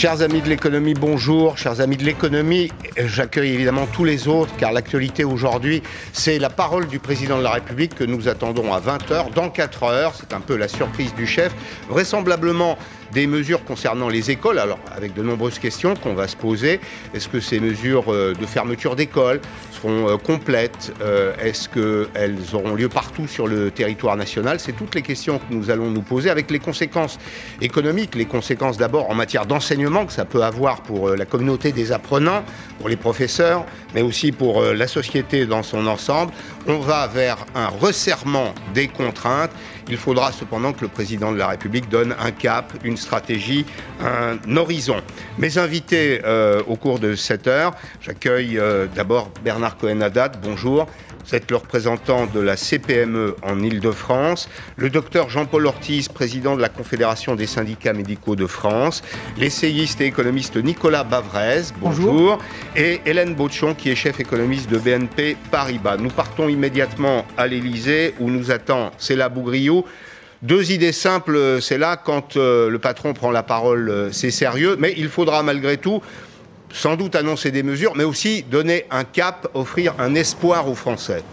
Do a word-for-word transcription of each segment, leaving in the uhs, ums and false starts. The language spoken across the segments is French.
Chers amis de l'économie, bonjour. Chers amis de l'économie, j'accueille évidemment tous les autres, car l'actualité aujourd'hui, c'est la parole du président de la République que nous attendons à vingt heures. Dans quatre heures, c'est un peu la surprise du chef. Vraisemblablement, des mesures concernant les écoles, alors avec de nombreuses questions qu'on va se poser. Est-ce que ces mesures de fermeture d'écoles seront complètes ? Est-ce qu'elles auront lieu partout sur le territoire national ? C'est toutes les questions que nous allons nous poser, avec les conséquences économiques, les conséquences d'abord en matière d'enseignement que ça peut avoir pour la communauté des apprenants, pour les professeurs, mais aussi pour la société dans son ensemble. On va vers un resserrement des contraintes. Il faudra cependant que le président de la République donne un cap, une stratégie, un horizon. Mes invités euh, au cours de cette heure, j'accueille euh, d'abord Bernard Cohen-Haddad, bonjour. Vous êtes le représentant de la C P M E en Île-de-France, le docteur Jean-Paul Ortiz, président de la Confédération des syndicats médicaux de France, l'essayiste et économiste Nicolas Bavrez, bonjour, bonjour. Et Hélène Baudchon, qui est chef économiste de B N P Paribas. Nous partons immédiatement à l'Élysée, où nous attend Céla Bougriou. Deux idées simples, c'est là, quand euh, le patron prend la parole, euh, c'est sérieux, mais il faudra malgré tout sans doute annoncer des mesures, mais aussi donner un cap, offrir un espoir aux Français.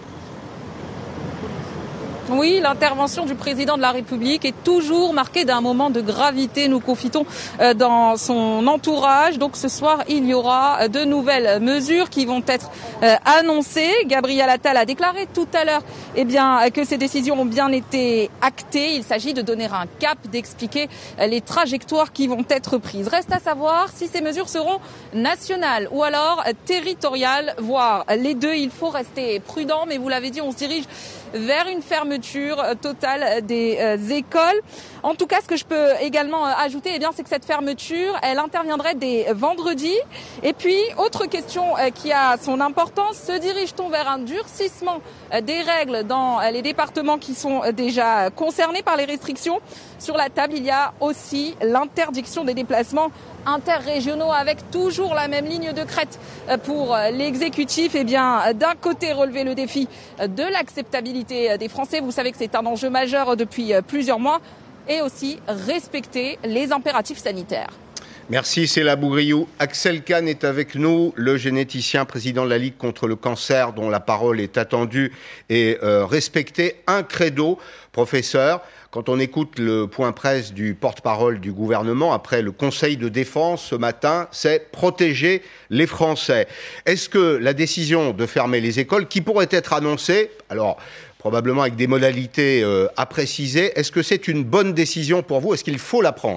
Oui, l'intervention du président de la République est toujours marquée d'un moment de gravité. Nous confitons dans son entourage. Donc ce soir, il y aura de nouvelles mesures qui vont être annoncées. Gabriel Attal a déclaré tout à l'heure eh bien, que ces décisions ont bien été actées. Il s'agit de donner un cap, d'expliquer les trajectoires qui vont être prises. Reste à savoir si ces mesures seront nationales ou alors territoriales, voire les deux. Il faut rester prudent, mais vous l'avez dit, on se dirige vers une fermeture totale des euh, écoles. En tout cas, ce que je peux également euh, ajouter, eh bien, c'est que cette fermeture, elle interviendrait dès vendredi. Et puis, autre question euh, qui a son importance, se dirige-t-on vers un durcissement euh, des règles dans euh, les départements qui sont euh, déjà concernés par les restrictions ? Sur la table, il y a aussi l'interdiction des déplacements interrégionaux, avec toujours la même ligne de crête pour l'exécutif. Eh bien, d'un côté, relever le défi de l'acceptabilité des Français. Vous savez que c'est un enjeu majeur depuis plusieurs mois. Et aussi respecter les impératifs sanitaires. Merci Céla Bougriou. Axel Kahn est avec nous, le généticien, président de la Ligue contre le cancer, dont la parole est attendue et euh, respectée. Un credo, professeur. Quand on écoute le point presse du porte-parole du gouvernement après le Conseil de défense ce matin, c'est protéger les Français. Est-ce que la décision de fermer les écoles, qui pourrait être annoncée, alors probablement avec des modalités euh, à préciser, est-ce que c'est une bonne décision pour vous ? Est-ce qu'il faut la prendre ?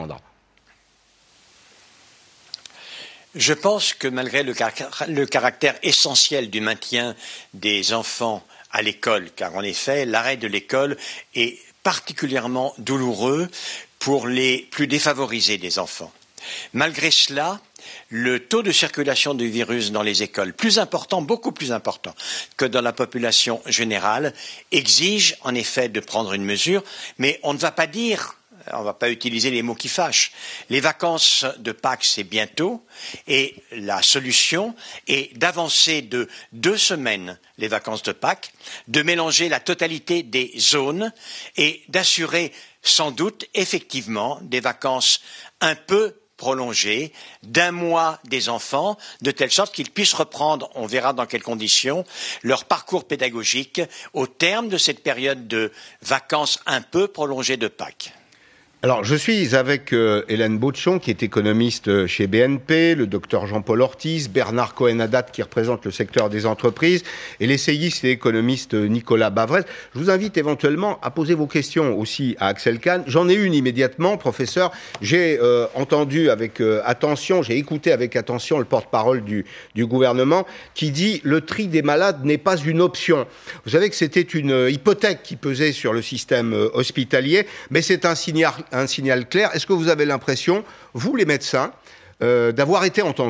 Je pense que malgré le, car- le caractère essentiel du maintien des enfants à l'école, car en effet, l'arrêt de l'école est particulièrement douloureux pour les plus défavorisés des enfants. Malgré cela, le taux de circulation du virus dans les écoles, plus important, beaucoup plus important que dans la population générale, exige en effet de prendre une mesure, mais on ne va pas dire, on ne va pas utiliser les mots qui fâchent. Les vacances de Pâques, c'est bientôt, et la solution est d'avancer de deux semaines les vacances de Pâques, de mélanger la totalité des zones et d'assurer sans doute effectivement des vacances un peu prolongée d'un mois des enfants, de telle sorte qu'ils puissent reprendre, on verra dans quelles conditions, leur parcours pédagogique au terme de cette période de vacances un peu prolongées de Pâques. Alors, je suis avec euh, Hélène Baudchon, qui est économiste chez B N P, le docteur Jean-Paul Ortiz, Bernard Cohen-Haddad, qui représente le secteur des entreprises, et l'essayiste et économiste Nicolas Bavrez. Je vous invite éventuellement à poser vos questions aussi à Axel Kahn. J'en ai une immédiatement, professeur. J'ai euh, entendu avec euh, attention, j'ai écouté avec attention le porte-parole du, du gouvernement qui dit « le tri des malades n'est pas une option ». Vous savez que c'était une hypothèque qui pesait sur le système euh, hospitalier, mais c'est un signal un signal clair. Est-ce que vous avez l'impression, vous les médecins, euh, d'avoir été entendus ?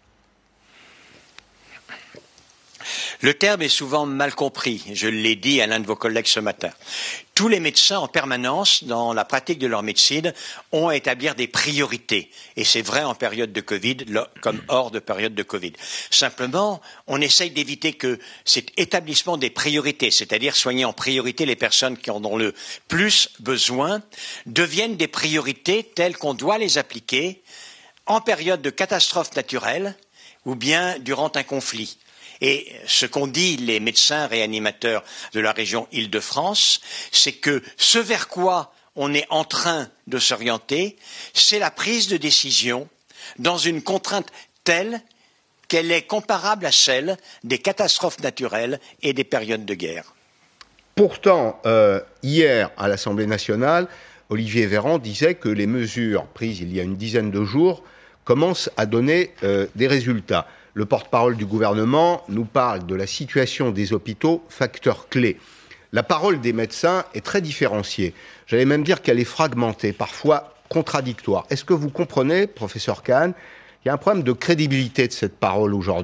Le terme est souvent mal compris. Je l'ai dit à l'un de vos collègues ce matin. Tous les médecins en permanence, dans la pratique de leur médecine, ont à établir des priorités. Et c'est vrai en période de Covid, comme hors de période de Covid. Simplement, on essaye d'éviter que cet établissement des priorités, c'est-à-dire soigner en priorité les personnes qui en ont le plus besoin, deviennent des priorités telles qu'on doit les appliquer en période de catastrophe naturelle ou bien durant un conflit. Et ce qu'ont dit les médecins réanimateurs de la région Île-de-France, c'est que ce vers quoi on est en train de s'orienter, c'est la prise de décision dans une contrainte telle qu'elle est comparable à celle des catastrophes naturelles et des périodes de guerre. Pourtant, euh, hier, à l'Assemblée nationale, Olivier Véran disait que les mesures prises il y a une dizaine de jours commencent à donner euh, des résultats. Le porte-parole du gouvernement nous parle de la situation des hôpitaux, facteur clé. La parole des médecins est très différenciée. J'allais même dire qu'elle est fragmentée, parfois contradictoire. Est-ce que vous comprenez, professeur Kahn, qu'il y a un problème de crédibilité de cette parole aujourd'hui ?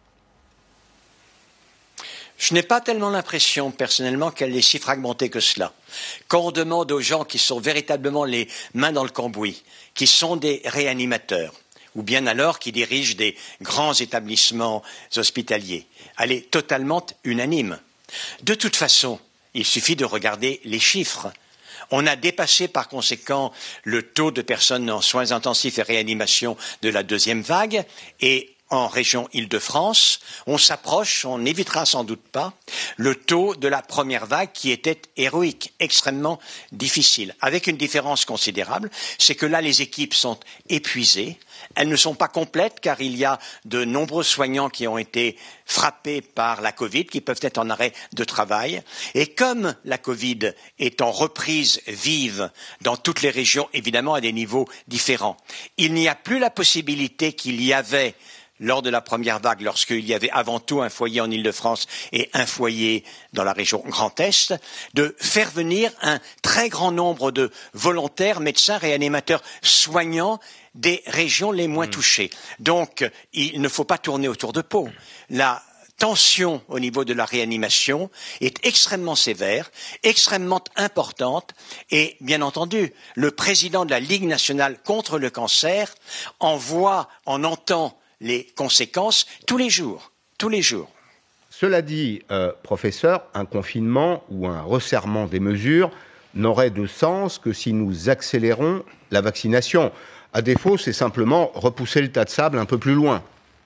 Je n'ai pas tellement l'impression, personnellement, qu'elle est si fragmentée que cela. Quand on demande aux gens qui sont véritablement les mains dans le cambouis, qui sont des réanimateurs, ou bien alors qui dirigent des grands établissements hospitaliers, elle est totalement unanime. De toute façon, il suffit de regarder les chiffres. On a dépassé par conséquent le taux de personnes en soins intensifs et réanimation de la deuxième vague et en région Île-de-France, on s'approche, on n'évitera sans doute pas, le taux de la première vague qui était héroïque, extrêmement difficile. Avec une différence considérable, c'est que là, les équipes sont épuisées. Elles ne sont pas complètes car il y a de nombreux soignants qui ont été frappés par la Covid, qui peuvent être en arrêt de travail. Et comme la Covid est en reprise vive dans toutes les régions, évidemment à des niveaux différents, il n'y a plus la possibilité qu'il y avait lors de la première vague, lorsqu'il y avait avant tout un foyer en Île-de-France et un foyer dans la région Grand Est, de faire venir un très grand nombre de volontaires, médecins, réanimateurs, soignants des régions les moins mmh. touchées. Donc, il ne faut pas tourner autour de peau. La tension au niveau de la réanimation est extrêmement sévère, extrêmement importante et, bien entendu, le président de la Ligue nationale contre le cancer en voit, en entend les conséquences tous les jours, tous les jours. Cela dit, euh, professeur, un confinement ou un resserrement des mesures n'aurait de sens que si nous accélérons la vaccination. À défaut, c'est simplement repousser le tas de sable un peu plus loin.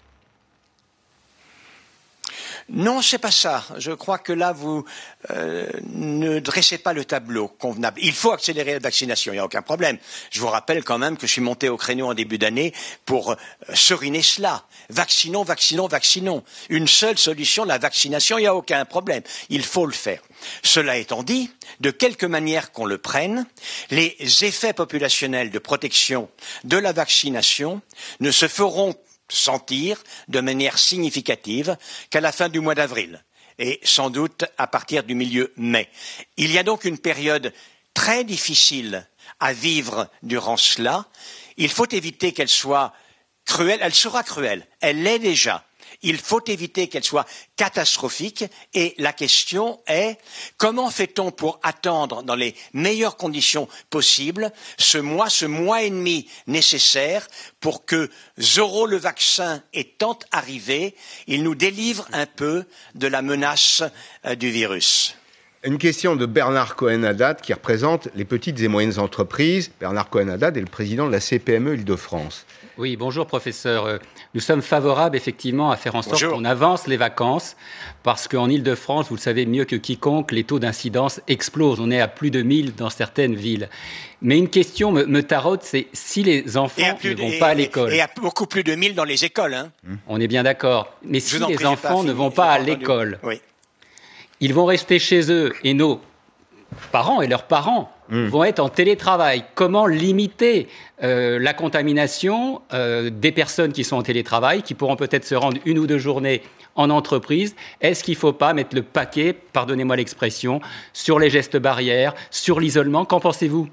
Non, c'est pas ça. Je crois que là, vous euh, ne dressez pas le tableau convenable. Il faut accélérer la vaccination, il n'y a aucun problème. Je vous rappelle quand même que je suis monté au créneau en début d'année pour euh, seriner cela. Vaccinons, vaccinons, vaccinons. Une seule solution, la vaccination, il n'y a aucun problème. Il faut le faire. Cela étant dit, de quelque manière qu'on le prenne, les effets populationnels de protection de la vaccination ne se feront sentir de manière significative qu'à la fin du mois d'avril et sans doute à partir du milieu mai. Il y a donc une période très difficile à vivre durant cela. Il faut éviter qu'elle soit cruelle. Elle sera cruelle. Elle l'est déjà. Il faut éviter qu'elle soit catastrophique et la question est comment fait-on pour attendre dans les meilleures conditions possibles ce mois, ce mois et demi nécessaire pour que Zorro le vaccin étant arrivé, il nous délivre un peu de la menace euh, du virus. Une question de Bernard Cohen-Haddad qui représente les petites et moyennes entreprises. Bernard Cohen-Haddad est le président de la C P M E Île-de-France. Oui, bonjour professeur. Nous sommes favorables effectivement à faire en sorte bonjour. qu'on avance les vacances parce qu'en Île-de-France, vous le savez mieux que quiconque, les taux d'incidence explosent. On est à plus de mille dans certaines villes. Mais une question me, me taraude, c'est si les enfants ne vont et, pas à l'école. Et à beaucoup plus de mille dans les écoles. Hein. On est bien d'accord. Mais si les prie, enfants ne vont pas à l'école, oui. ils vont rester chez eux et nos parents et leurs parents mmh. vont être en télétravail. Comment limiter euh, la contamination euh, des personnes qui sont en télétravail, qui pourront peut-être se rendre une ou deux journées en entreprise? Est-ce qu'il ne faut pas mettre le paquet, pardonnez-moi l'expression, sur les gestes barrières, sur l'isolement? Qu'en pensez-vous?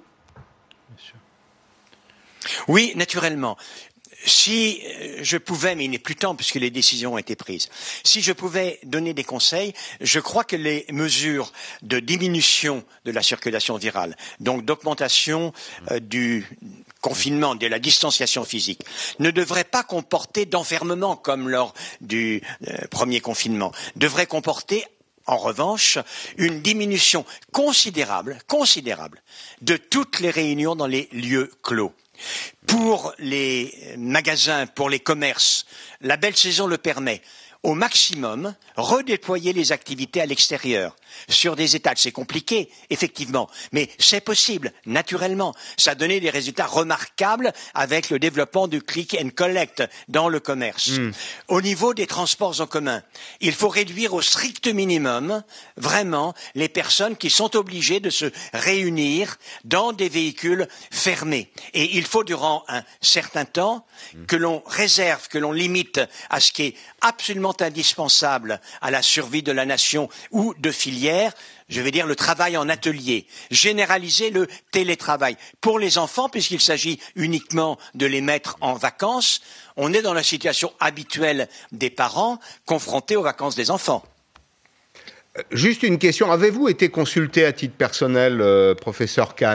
Oui, naturellement. Si je pouvais, mais il n'est plus temps puisque les décisions ont été prises, si je pouvais donner des conseils, je crois que les mesures de diminution de la circulation virale, donc d'augmentation euh, du confinement, de la distanciation physique, ne devraient pas comporter d'enfermement comme lors du euh, premier confinement, devraient comporter en revanche, une diminution considérable, considérable, de toutes les réunions dans les lieux clos. Pour les magasins, pour les commerces, la belle saison le permet. Au maximum, redéployer les activités à l'extérieur, sur des étals. C'est compliqué, effectivement, mais c'est possible, naturellement. Ça a donné des résultats remarquables avec le développement du click and collect dans le commerce. Mmh. Au niveau des transports en commun, il faut réduire au strict minimum, vraiment, les personnes qui sont obligées de se réunir dans des véhicules fermés. Et il faut, durant un certain temps, mmh. que l'on réserve, que l'on limite à ce qui est absolument indispensable à la survie de la nation ou de filière, je vais dire le travail en atelier, généraliser le télétravail. Pour les enfants, puisqu'il s'agit uniquement de les mettre en vacances, on est dans la situation habituelle des parents confrontés aux vacances des enfants. Juste une question, avez-vous été consulté à titre personnel, euh, professeur Kahn ?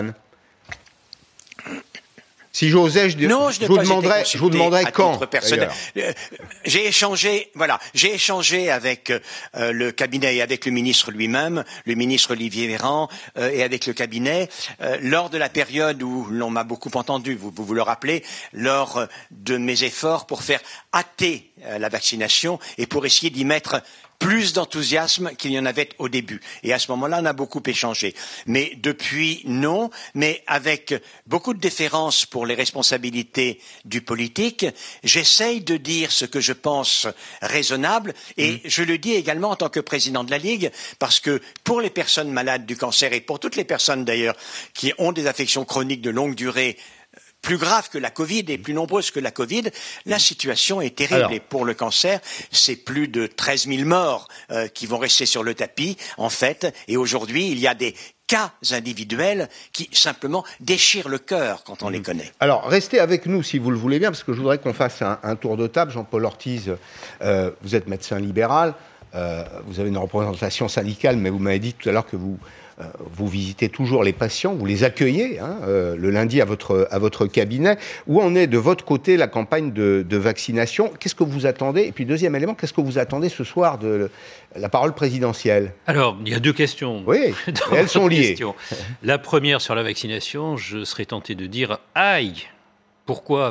Si j'osais, je, non, je, je, vous demanderais, je vous demanderais quand. Euh, j'ai échangé, voilà, j'ai échangé avec euh, le cabinet et avec le ministre lui-même, le ministre Olivier Véran, euh, et avec le cabinet euh, lors de la période où l'on m'a beaucoup entendu. Vous, vous vous le rappelez, lors de mes efforts pour faire hâter euh, la vaccination et pour essayer d'y mettre plus d'enthousiasme qu'il y en avait au début. Et à ce moment-là, on a beaucoup échangé. Mais depuis, non. Mais avec beaucoup de déférence pour les responsabilités du politique, j'essaye de dire ce que je pense raisonnable. Et mmh. je le dis également en tant que président de la Ligue, parce que pour les personnes malades du cancer et pour toutes les personnes d'ailleurs qui ont des affections chroniques de longue durée, plus grave que la Covid et plus nombreuses que la Covid, la situation est terrible. Alors, et pour le cancer, c'est plus de treize mille morts euh, qui vont rester sur le tapis, en fait. Et aujourd'hui, il y a des cas individuels qui simplement déchirent le cœur quand on mmh. les connaît. Alors, restez avec nous si vous le voulez bien, parce que je voudrais qu'on fasse un, un tour de table. Jean-Paul Ortiz, euh, vous êtes médecin libéral, euh, vous avez une représentation syndicale, mais vous m'avez dit tout à l'heure que vous... Euh, vous visitez toujours les patients, vous les accueillez hein, euh, le lundi à votre, à votre cabinet. Où en est de votre côté la campagne de, de vaccination ? Qu'est-ce que vous attendez ? Et puis deuxième élément, qu'est-ce que vous attendez ce soir de la parole présidentielle ? Alors, il y a deux questions. Oui, elles sont liées. Question. La première sur la vaccination, je serais tenté de dire « aïe ». Pourquoi ?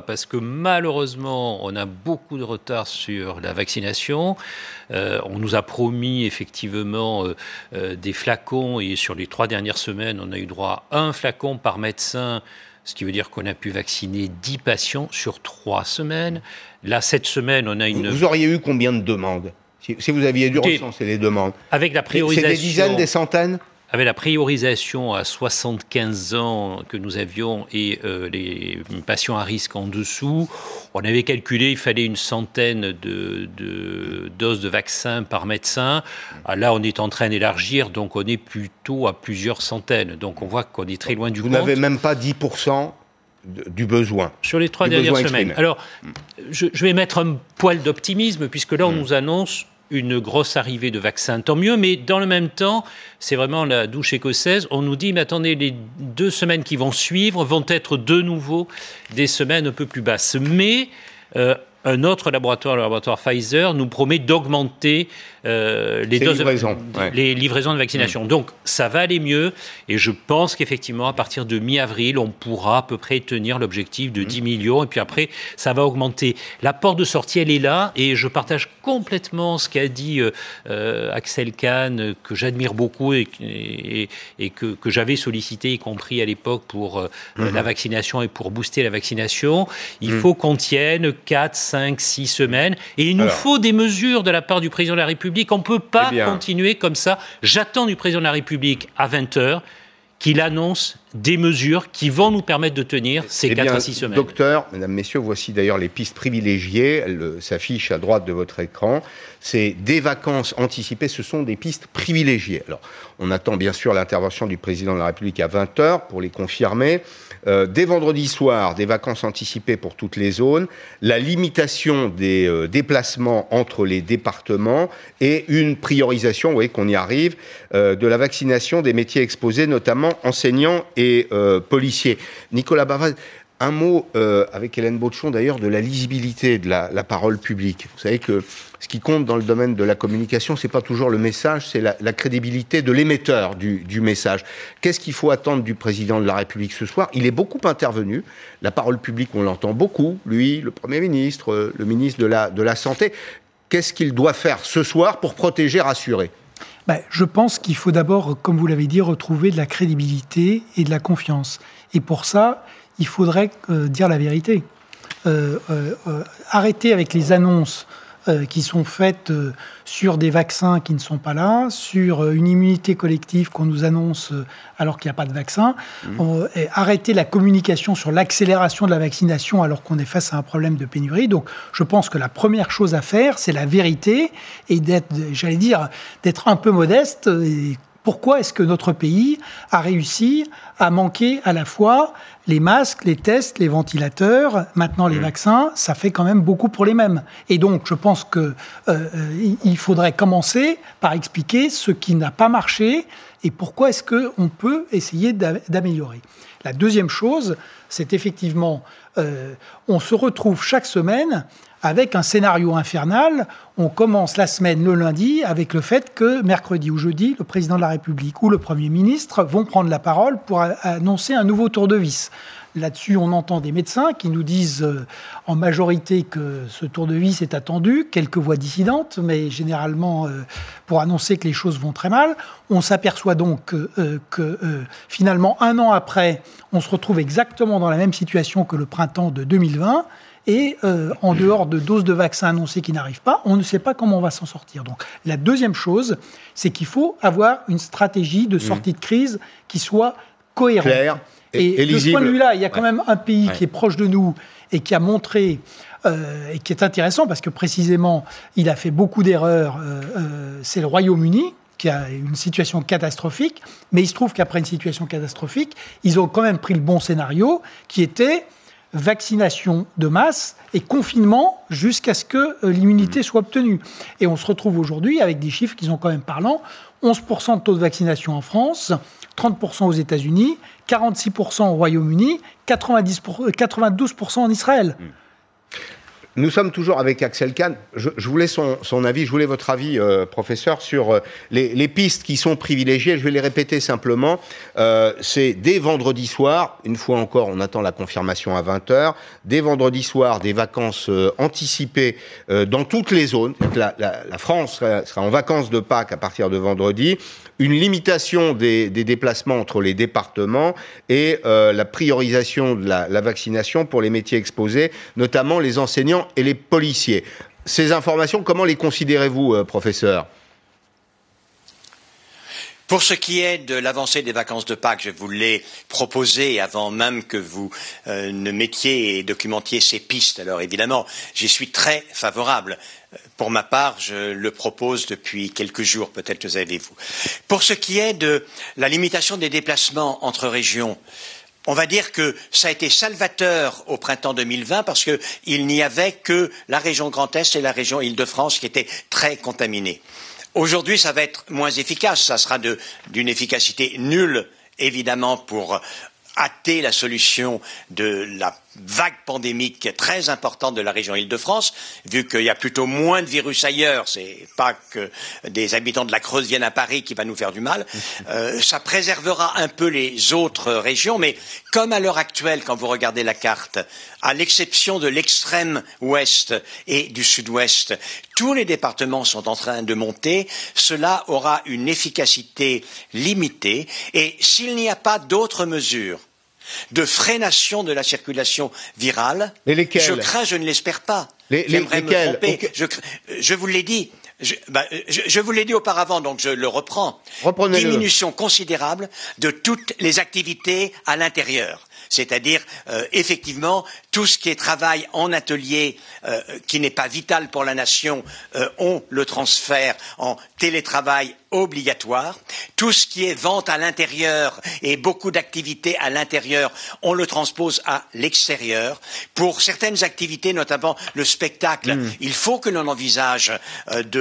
Parce que malheureusement, on a beaucoup de retard sur la vaccination. Euh, on nous a promis effectivement euh, euh, des flacons et sur les trois dernières semaines, on a eu droit à un flacon par médecin, ce qui veut dire qu'on a pu vacciner dix patients sur trois semaines. Là, cette semaine, on a une... Vous auriez eu combien de demandes ? Si, si vous aviez dû recenser les demandes. Avec la priorisation... C'est des dizaines, des centaines ? Avec la priorisation à soixante-quinze ans que nous avions et euh, les patients à risque en dessous, on avait calculé qu'il fallait une centaine de, de doses de vaccins par médecin. Là, on est en train d'élargir, donc on est plutôt à plusieurs centaines. Donc on voit qu'on est très loin du Vous compte. Vous n'avez même pas dix pour cent du besoin. Sur les trois dernières semaines. Exprimé. Alors, je, je vais mettre un poil d'optimisme, puisque là, on mmh. nous annonce une grosse arrivée de vaccins, tant mieux, mais dans le même temps, c'est vraiment la douche écossaise. On nous dit, mais attendez, les deux semaines qui vont suivre vont être de nouveau des semaines un peu plus basses. Mais euh, un autre laboratoire, le laboratoire Pfizer, nous promet d'augmenter euh, les, doses livraisons, de, ouais. les livraisons de vaccination. Mmh. Donc, ça va aller mieux. Et je pense qu'effectivement, à partir de mi-avril, on pourra à peu près tenir l'objectif de mmh. dix millions. Et puis après, ça va augmenter. La porte de sortie, elle est là. Et je partage complètement ce qu'a dit euh, Axel Kahn, que j'admire beaucoup et, et, et que, que j'avais sollicité, y compris à l'époque, pour euh, mmh. la vaccination et pour booster la vaccination. Il mmh. faut qu'on tienne quatre, cinq, six semaines. Et il nous Alors. faut des mesures de la part du président de la République. On ne peut pas eh continuer comme ça. J'attends du président de la République à vingt heures qu'il annonce des mesures qui vont nous permettre de tenir ces eh quatre bien, à six semaines. Docteur, mesdames, messieurs, voici d'ailleurs les pistes privilégiées. Elles s'affichent à droite de votre écran. C'est des vacances anticipées. Ce sont des pistes privilégiées. Alors, on attend bien sûr l'intervention du président de la République à vingt heures pour les confirmer. Euh, dès vendredi soir, des vacances anticipées pour toutes les zones, la limitation des euh, déplacements entre les départements et une priorisation, vous voyez qu'on y arrive, euh, de la vaccination des métiers exposés, notamment enseignants et euh, policiers. Nicolas Bavaz, un mot euh, avec Hélène Baudchon d'ailleurs de la lisibilité de la, la parole publique. Vous savez que ce qui compte dans le domaine de la communication, c'est pas toujours le message, c'est la, la crédibilité de l'émetteur du, du message. Qu'est-ce qu'il faut attendre du président de la République ce soir ? Il est beaucoup intervenu. La parole publique, on l'entend beaucoup. Lui, le Premier ministre, le ministre de la, de la Santé. Qu'est-ce qu'il doit faire ce soir pour protéger, rassurer ? Ben, je pense qu'il faut d'abord, comme vous l'avez dit, retrouver de la crédibilité et de la confiance. Et pour ça, il faudrait euh, dire la vérité. Euh, euh, euh, arrêter avec les annonces euh, qui sont faites euh, sur des vaccins qui ne sont pas là, sur euh, une immunité collective qu'on nous annonce euh, alors qu'il n'y a pas de vaccin. Mmh. On, et arrêter la communication sur l'accélération de la vaccination alors qu'on est face à un problème de pénurie. Donc, je pense que la première chose à faire, c'est la vérité et d'être, j'allais dire, d'être un peu modeste. Et pourquoi est-ce que notre pays a réussi à manquer à la fois les masques, les tests, les ventilateurs, maintenant les mmh. vaccins, ça fait quand même beaucoup pour les mêmes. Et donc, je pense qu'il euh, il faudrait commencer par expliquer ce qui n'a pas marché et pourquoi est-ce qu'on peut essayer d'améliorer. La deuxième chose, c'est effectivement, euh, on se retrouve chaque semaine avec un scénario infernal. On commence la semaine le lundi avec le fait que mercredi ou jeudi, le président de la République ou le Premier ministre vont prendre la parole pour a- annoncer un nouveau tour de vis. Là-dessus, on entend des médecins qui nous disent euh, en majorité que ce tour de vis est attendu, quelques voix dissidentes, mais généralement euh, pour annoncer que les choses vont très mal. On s'aperçoit donc que, euh, que euh, finalement, un an après, on se retrouve exactement dans la même situation que le printemps de deux mille vingt. Et euh, en dehors de doses de vaccins annoncées qui n'arrivent pas, on ne sait pas comment on va s'en sortir. Donc la deuxième chose, c'est qu'il faut avoir une stratégie de sortie mmh. de crise qui soit cohérente. Claire et, et, et de ce point de vue-là, il y a quand ouais. même un pays ouais. qui est proche de nous et qui a montré, euh, et qui est intéressant parce que précisément, il a fait beaucoup d'erreurs, euh, euh, c'est le Royaume-Uni, qui a une situation catastrophique, mais il se trouve qu'après une situation catastrophique, ils ont quand même pris le bon scénario qui était vaccination de masse et confinement jusqu'à ce que euh, l'immunité soit obtenue. Et on se retrouve aujourd'hui avec des chiffres qui sont quand même parlants. onze pour cent de taux de vaccination en France, trente pour cent aux États-Unis, quarante-six pour cent au Royaume-Uni, quatre-vingt-dix pour cent, quatre-vingt-douze pour cent en Israël. Mmh. Nous sommes toujours avec Axel Kahn. Je, je voulais son, son avis, je voulais votre avis, euh, professeur, sur euh, les, les pistes qui sont privilégiées. Je vais les répéter simplement. Euh, c'est dès vendredi soir, une fois encore, on attend la confirmation à vingt heures, dès vendredi soir, des vacances euh, anticipées euh, dans toutes les zones. La, la, la France sera, sera en vacances de Pâques à partir de vendredi. Une limitation des, des déplacements entre les départements et euh, la priorisation de la, la vaccination pour les métiers exposés, notamment les enseignants et les policiers. Ces informations, comment les considérez-vous, euh, professeur ? Pour ce qui est de l'avancée des vacances de Pâques, je vous l'ai proposé avant même que vous euh, ne mettiez et documentiez ces pistes. Alors évidemment, j'y suis très favorable. Pour ma part, je le propose depuis quelques jours, peut-être que savez-vous. Pour ce qui est de la limitation des déplacements entre régions, on va dire que ça a été salvateur au printemps deux mille vingt parce qu'il n'y avait que la région Grand Est et la région Île-de-France qui étaient très contaminées. Aujourd'hui, ça va être moins efficace. Ça sera de, d'une efficacité nulle, évidemment, pour hâter la solution de la vague pandémique très importante de la région Île-de-France, vu qu'il y a plutôt moins de virus ailleurs, c'est pas que des habitants de la Creuse viennent à Paris qui va nous faire du mal, euh, ça préservera un peu les autres régions, mais comme à l'heure actuelle, quand vous regardez la carte, à l'exception de l'extrême ouest et du sud-ouest, tous les départements sont en train de monter, cela aura une efficacité limitée, et s'il n'y a pas d'autres mesures de freination de la circulation virale, mais lesquelles ? Je crains, je ne l'espère pas. Les, J'aimerais lesquelles ? me tromper. Okay. Je, je vous l'ai dit. Je, bah, je, je vous l'ai dit auparavant, donc je le reprends. Reprenez-le. Diminution considérable de toutes les activités à l'intérieur. C'est-à-dire, euh, effectivement, tout ce qui est travail en atelier, euh, qui n'est pas vital pour la nation, euh, on le transfère en télétravail obligatoire. Tout ce qui est vente à l'intérieur et beaucoup d'activités à l'intérieur, on le transpose à l'extérieur. Pour certaines activités, notamment le spectacle, mmh. il faut que l'on envisage euh, de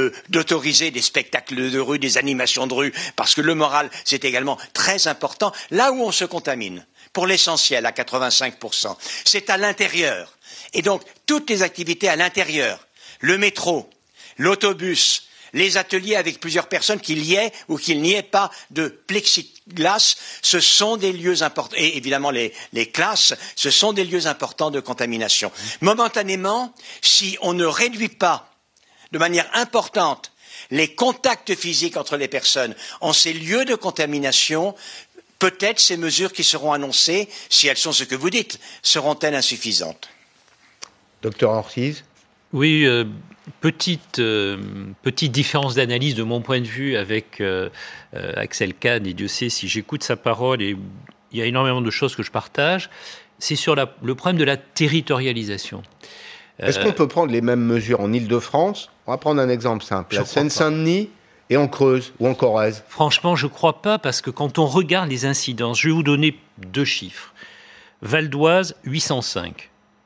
de, d'autoriser des spectacles de rue, des animations de rue, parce que le moral, c'est également très important. Là où on se contamine, pour l'essentiel, à quatre-vingt-cinq pour cent, c'est à l'intérieur. Et donc, toutes les activités à l'intérieur, le métro, l'autobus, les ateliers avec plusieurs personnes, qu'il y ait ou qu'il n'y ait pas de plexiglas, ce sont des lieux importants. Et évidemment, les, les classes, ce sont des lieux importants de contamination. Momentanément, si on ne réduit pas de manière importante les contacts physiques entre les personnes en ces lieux de contamination, peut-être ces mesures qui seront annoncées, si elles sont ce que vous dites, seront-elles insuffisantes? Docteur Ortiz? Oui, euh, petite, euh, petite différence d'analyse de mon point de vue avec euh, euh, Axel Kahn, et Dieu sait si j'écoute sa parole, et il y a énormément de choses que je partage, c'est sur la, le problème de la territorialisation. Est-ce euh, qu'on peut prendre les mêmes mesures en Île-de-France? On va prendre un exemple simple, la Seine-Saint-Denis et en Creuse ou en Corrèze. Franchement, je ne crois pas, parce que quand on regarde les incidences, je vais vous donner deux chiffres. Val d'Oise, huit cent cinq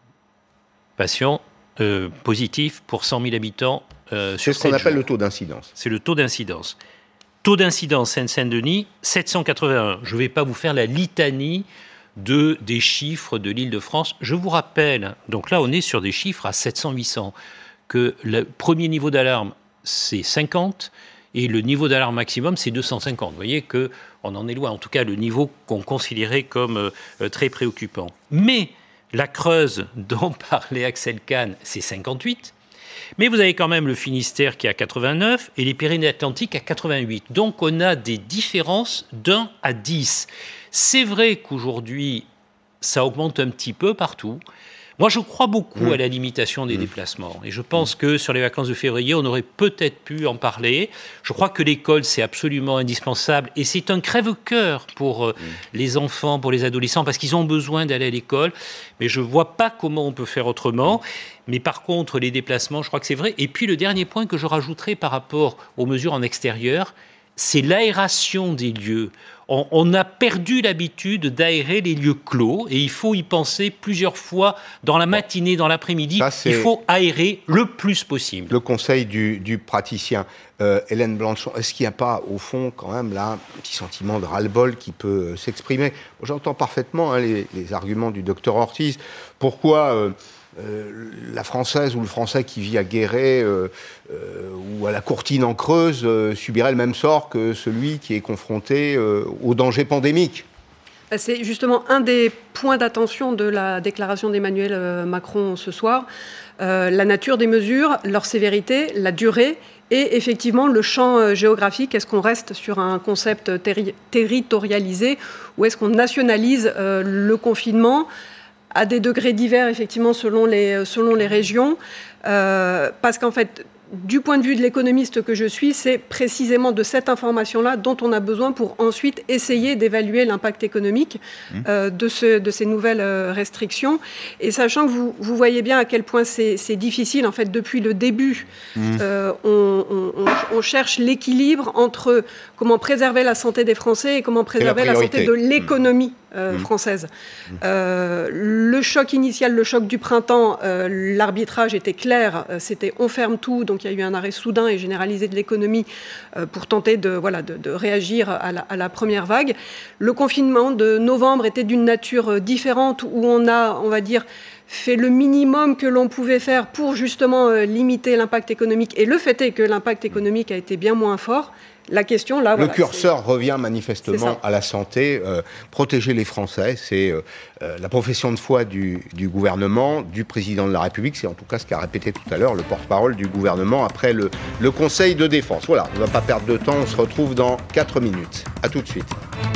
patients Euh, positif pour cent mille habitants. Euh, c'est ce qu'on appelle jours. Le taux d'incidence. C'est le taux d'incidence. Taux d'incidence Seine-Saint-Denis, sept cent quatre-vingt-un. Je ne vais pas vous faire la litanie de, des chiffres de l'Île-de-France. Je vous rappelle, donc là on est sur des chiffres à sept cents à huit cents, que le premier niveau d'alarme c'est cinquante et le niveau d'alarme maximum c'est deux cent cinquante. Vous voyez qu'on en est loin, en tout cas le niveau qu'on considérait comme euh, très préoccupant. Mais la Creuse, dont parlait Axel Kahn, c'est cinquante-huit. Mais vous avez quand même le Finistère qui est à quatre-vingt-neuf et les Pyrénées-Atlantiques à quatre-vingt-huit. Donc on a des différences d'un à dix. C'est vrai qu'aujourd'hui, ça augmente un petit peu partout. Moi, je crois beaucoup mmh. à la limitation des mmh. déplacements. Et je pense mmh. que sur les vacances de février, on aurait peut-être pu en parler. Je crois que l'école, c'est absolument indispensable. Et c'est un crève-cœur pour mmh. les enfants, pour les adolescents, parce qu'ils ont besoin d'aller à l'école. Mais je ne vois pas comment on peut faire autrement. Mais par contre, les déplacements, je crois que c'est vrai. Et puis, le dernier point que je rajouterai par rapport aux mesures en extérieur, c'est l'aération des lieux. On, on a perdu l'habitude d'aérer les lieux clos et il faut y penser plusieurs fois dans la matinée, dans l'après-midi. Ça, il faut aérer le plus possible. Le conseil du, du praticien. Euh, Hélène Blanchon, est-ce qu'il n'y a pas, au fond, quand même, là, un petit sentiment de ras-le-bol qui peut euh, s'exprimer? J'entends parfaitement hein, les, les arguments du docteur Ortiz. Pourquoi... Euh, Euh, la Française ou le Français qui vit à Guéret euh, euh, ou à la Courtine en Creuse euh, subirait le même sort que celui qui est confronté euh, au danger pandémique? C'est justement un des points d'attention de la déclaration d'Emmanuel Macron ce soir. Euh, la nature des mesures, leur sévérité, la durée et effectivement le champ géographique. Est-ce qu'on reste sur un concept terri- territorialisé ou est-ce qu'on nationalise euh, le confinement à des degrés divers, effectivement, selon les, selon les régions, euh, parce qu'en fait, du point de vue de l'économiste que je suis, c'est précisément de cette information-là dont on a besoin pour ensuite essayer d'évaluer l'impact économique mmh. euh, de, ce, de ces nouvelles euh, restrictions. Et sachant que vous, vous voyez bien à quel point c'est, c'est difficile, en fait, depuis le début, mmh. euh, on, on, on cherche l'équilibre entre comment préserver la santé des Français et comment préserver la, la santé de l'économie euh, mmh. française. Mmh. Euh, le choc initial, le choc du printemps, euh, l'arbitrage était clair, euh, c'était on ferme tout, donc il y a eu un arrêt soudain et généralisé de l'économie euh, pour tenter de, voilà, de, de réagir à la, à la première vague. Le confinement de novembre était d'une nature différente où on a, on va dire, fait le minimum que l'on pouvait faire pour justement euh, limiter l'impact économique. Et le fait est que l'impact économique a été bien moins fort. La question, là, le voilà, curseur c'est... revient manifestement à la santé. Euh, protéger les Français, c'est euh, euh, la profession de foi du, du gouvernement, du président de la République. C'est en tout cas ce qu'a répété tout à l'heure le porte-parole du gouvernement après le, le Conseil de défense. Voilà, on ne va pas perdre de temps. On se retrouve dans quatre minutes. À tout de suite.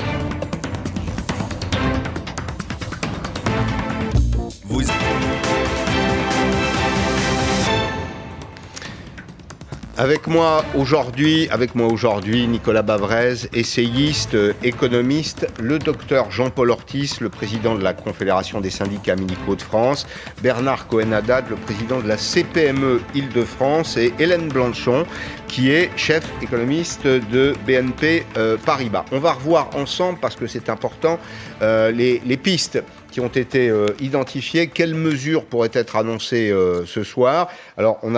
Vous... Avec moi aujourd'hui, avec moi aujourd'hui, Nicolas Bavrez, essayiste, économiste, le docteur Jean-Paul Ortiz, le président de la Confédération des syndicats médicaux de France, Bernard Cohen-Haddad, le président de la C P M E Île-de-France, et Hélène Blanchon, qui est chef économiste de B N P euh, Paribas. On va revoir ensemble, parce que c'est important, euh, les, les pistes qui ont été euh, identifiées. Quelles mesures pourraient être annoncées euh, ce soir? Alors, on a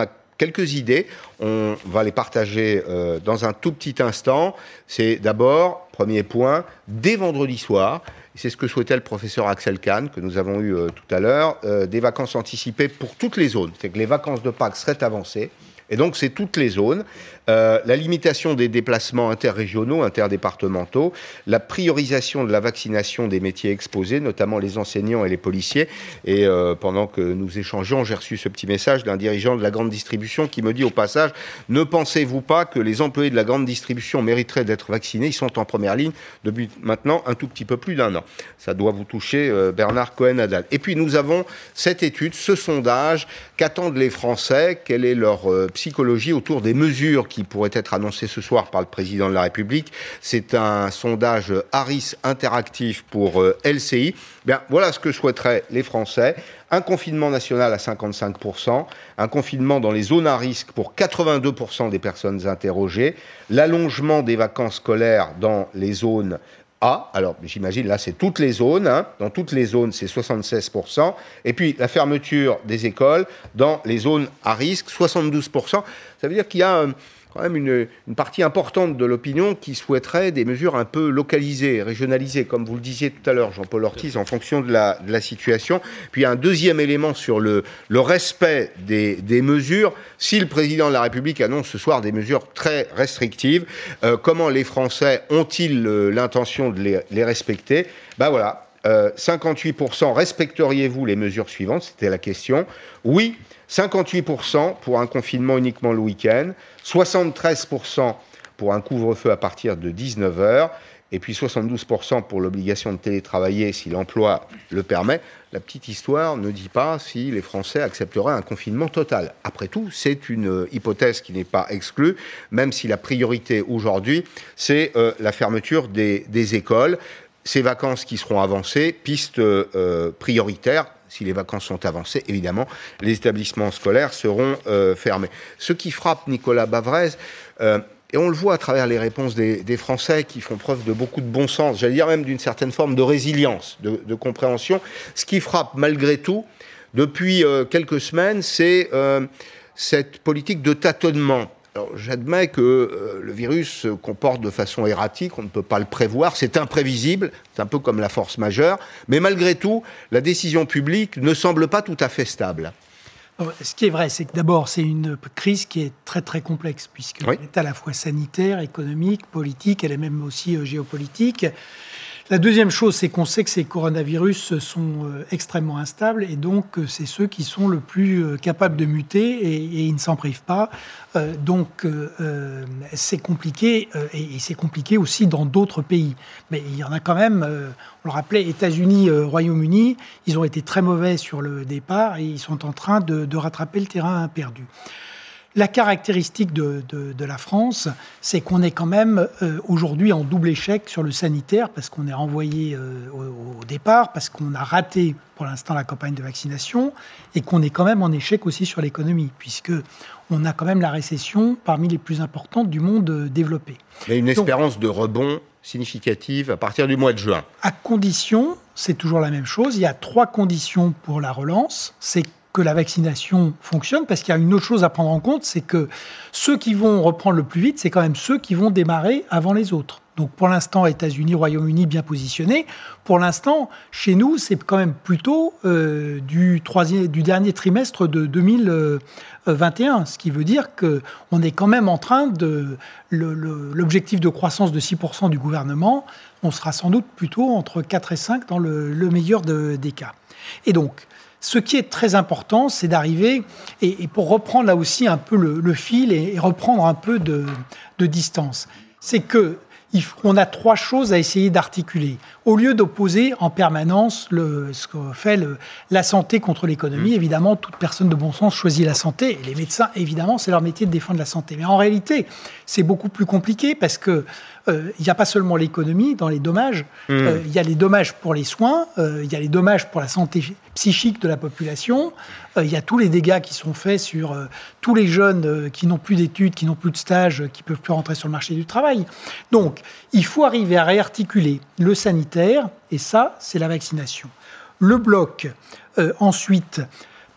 quelques idées. On va les partager euh, dans un tout petit instant. C'est d'abord, premier point, dès vendredi soir, c'est ce que souhaitait le professeur Axel Kahn, que nous avons eu euh, tout à l'heure, euh, des vacances anticipées pour toutes les zones. C'est que les vacances de Pâques seraient avancées. Et donc, c'est toutes les zones. Euh, la limitation des déplacements interrégionaux, interdépartementaux, la priorisation de la vaccination des métiers exposés, notamment les enseignants et les policiers. Et euh, pendant que nous échangeons, j'ai reçu ce petit message d'un dirigeant de la grande distribution qui me dit au passage « Ne pensez-vous pas que les employés de la grande distribution mériteraient d'être vaccinés ? Ils sont en première ligne depuis maintenant un tout petit peu plus d'un an. » Ça doit vous toucher, euh, Bernard Cohen-Haddad. Et puis, nous avons cette étude, ce sondage. Qu'attendent les Français ? Quelle est leur euh, psychologie autour des mesures qui pourrait être annoncé ce soir par le président de la République? C'est un sondage Harris interactif pour euh, L C I. Bien, voilà ce que souhaiteraient les Français. Un confinement national à cinquante-cinq pour cent, un confinement dans les zones à risque pour quatre-vingt-deux pour cent des personnes interrogées, l'allongement des vacances scolaires dans les zones A, alors j'imagine là c'est toutes les zones, hein. Dans toutes les zones c'est soixante-seize pour cent, et puis la fermeture des écoles dans les zones à risque, soixante-douze pour cent. Ça veut dire qu'il y a euh, quand même une, une partie importante de l'opinion qui souhaiterait des mesures un peu localisées, régionalisées, comme vous le disiez tout à l'heure, Jean-Paul Ortiz, en fonction de la, de la situation. Puis un deuxième élément sur le, le respect des, des mesures. Si le président de la République annonce ce soir des mesures très restrictives, euh, comment les Français ont-ils euh, l'intention de les, les respecter ? Ben voilà, euh, cinquante-huit pour cent respecteriez-vous les mesures suivantes ? C'était la question. Oui, cinquante-huit pour cent pour un confinement uniquement le week-end, soixante-treize pour cent pour un couvre-feu à partir de dix-neuf heures, et puis soixante-douze pour cent pour l'obligation de télétravailler si l'emploi le permet. La petite histoire ne dit pas si les Français accepteraient un confinement total. Après tout, c'est une hypothèse qui n'est pas exclue, même si la priorité aujourd'hui, c'est euh, la fermeture des, des écoles. Ces vacances qui seront avancées, piste euh, prioritaire. Si les vacances sont avancées, évidemment, les établissements scolaires seront euh, fermés. Ce qui frappe Nicolas Bavrez, euh, et on le voit à travers les réponses des, des Français qui font preuve de beaucoup de bon sens, j'allais dire même d'une certaine forme de résilience, de, de compréhension, ce qui frappe malgré tout, depuis euh, quelques semaines, c'est euh, cette politique de tâtonnement. Alors, j'admets que euh, le virus se comporte de façon erratique, on ne peut pas le prévoir, c'est imprévisible, c'est un peu comme la force majeure, mais malgré tout, la décision publique ne semble pas tout à fait stable. Ce qui est vrai, c'est que d'abord, c'est une crise qui est très très complexe, puisqu'elle oui. est à la fois sanitaire, économique, politique, elle est même aussi euh, géopolitique. La deuxième chose, c'est qu'on sait que ces coronavirus sont euh, extrêmement instables et donc euh, c'est ceux qui sont le plus euh, capables de muter et, et ils ne s'en privent pas. Euh, donc euh, c'est compliqué euh, et, et c'est compliqué aussi dans d'autres pays. Mais il y en a quand même, euh, on le rappelait, États-Unis, euh, Royaume-Uni, ils ont été très mauvais sur le départ et ils sont en train de, de rattraper le terrain perdu. La caractéristique de, de, de la France, c'est qu'on est quand même euh, aujourd'hui en double échec sur le sanitaire, parce qu'on est renvoyé euh, au, au départ, parce qu'on a raté pour l'instant la campagne de vaccination, et qu'on est quand même en échec aussi sur l'économie, puisque on a quand même la récession parmi les plus importantes du monde euh, développé. Il y a une espérance Donc, de rebond significative à partir du mois de juin. À condition, c'est toujours la même chose, il y a trois conditions pour la relance, c'est que la vaccination fonctionne, parce qu'il y a une autre chose à prendre en compte, c'est que ceux qui vont reprendre le plus vite, c'est quand même ceux qui vont démarrer avant les autres. Donc pour l'instant, États-Unis, Royaume-Uni bien positionnés. Pour l'instant, chez nous, c'est quand même plutôt euh, du, troisième, du dernier trimestre de deux mille vingt et un, ce qui veut dire qu'on est quand même en train de... Le, le, l'objectif de croissance de six pour cent du gouvernement, on sera sans doute plutôt entre quatre et cinq dans le, le meilleur de, des cas. Et donc, ce qui est très important, c'est d'arriver, et, et pour reprendre là aussi un peu le, le fil et, et reprendre un peu de, de distance, c'est que il, on a trois choses à essayer d'articuler. Au lieu d'opposer en permanence le, ce que fait le, la santé contre l'économie, mmh. évidemment, toute personne de bon sens choisit la santé. Et les médecins, évidemment, c'est leur métier de défendre la santé. Mais en réalité, c'est beaucoup plus compliqué parce que euh, il n'y a pas seulement l'économie dans les dommages. Mmh. Euh, il y a les dommages pour les soins, euh, il y a les dommages pour la santé psychique de la population. Euh, il y a tous les dégâts qui sont faits sur euh, tous les jeunes euh, qui n'ont plus d'études, qui n'ont plus de stages, euh, qui ne peuvent plus rentrer sur le marché du travail. Donc, il faut arriver à réarticuler le sanitaire, et ça, c'est la vaccination. Le bloc, euh, ensuite,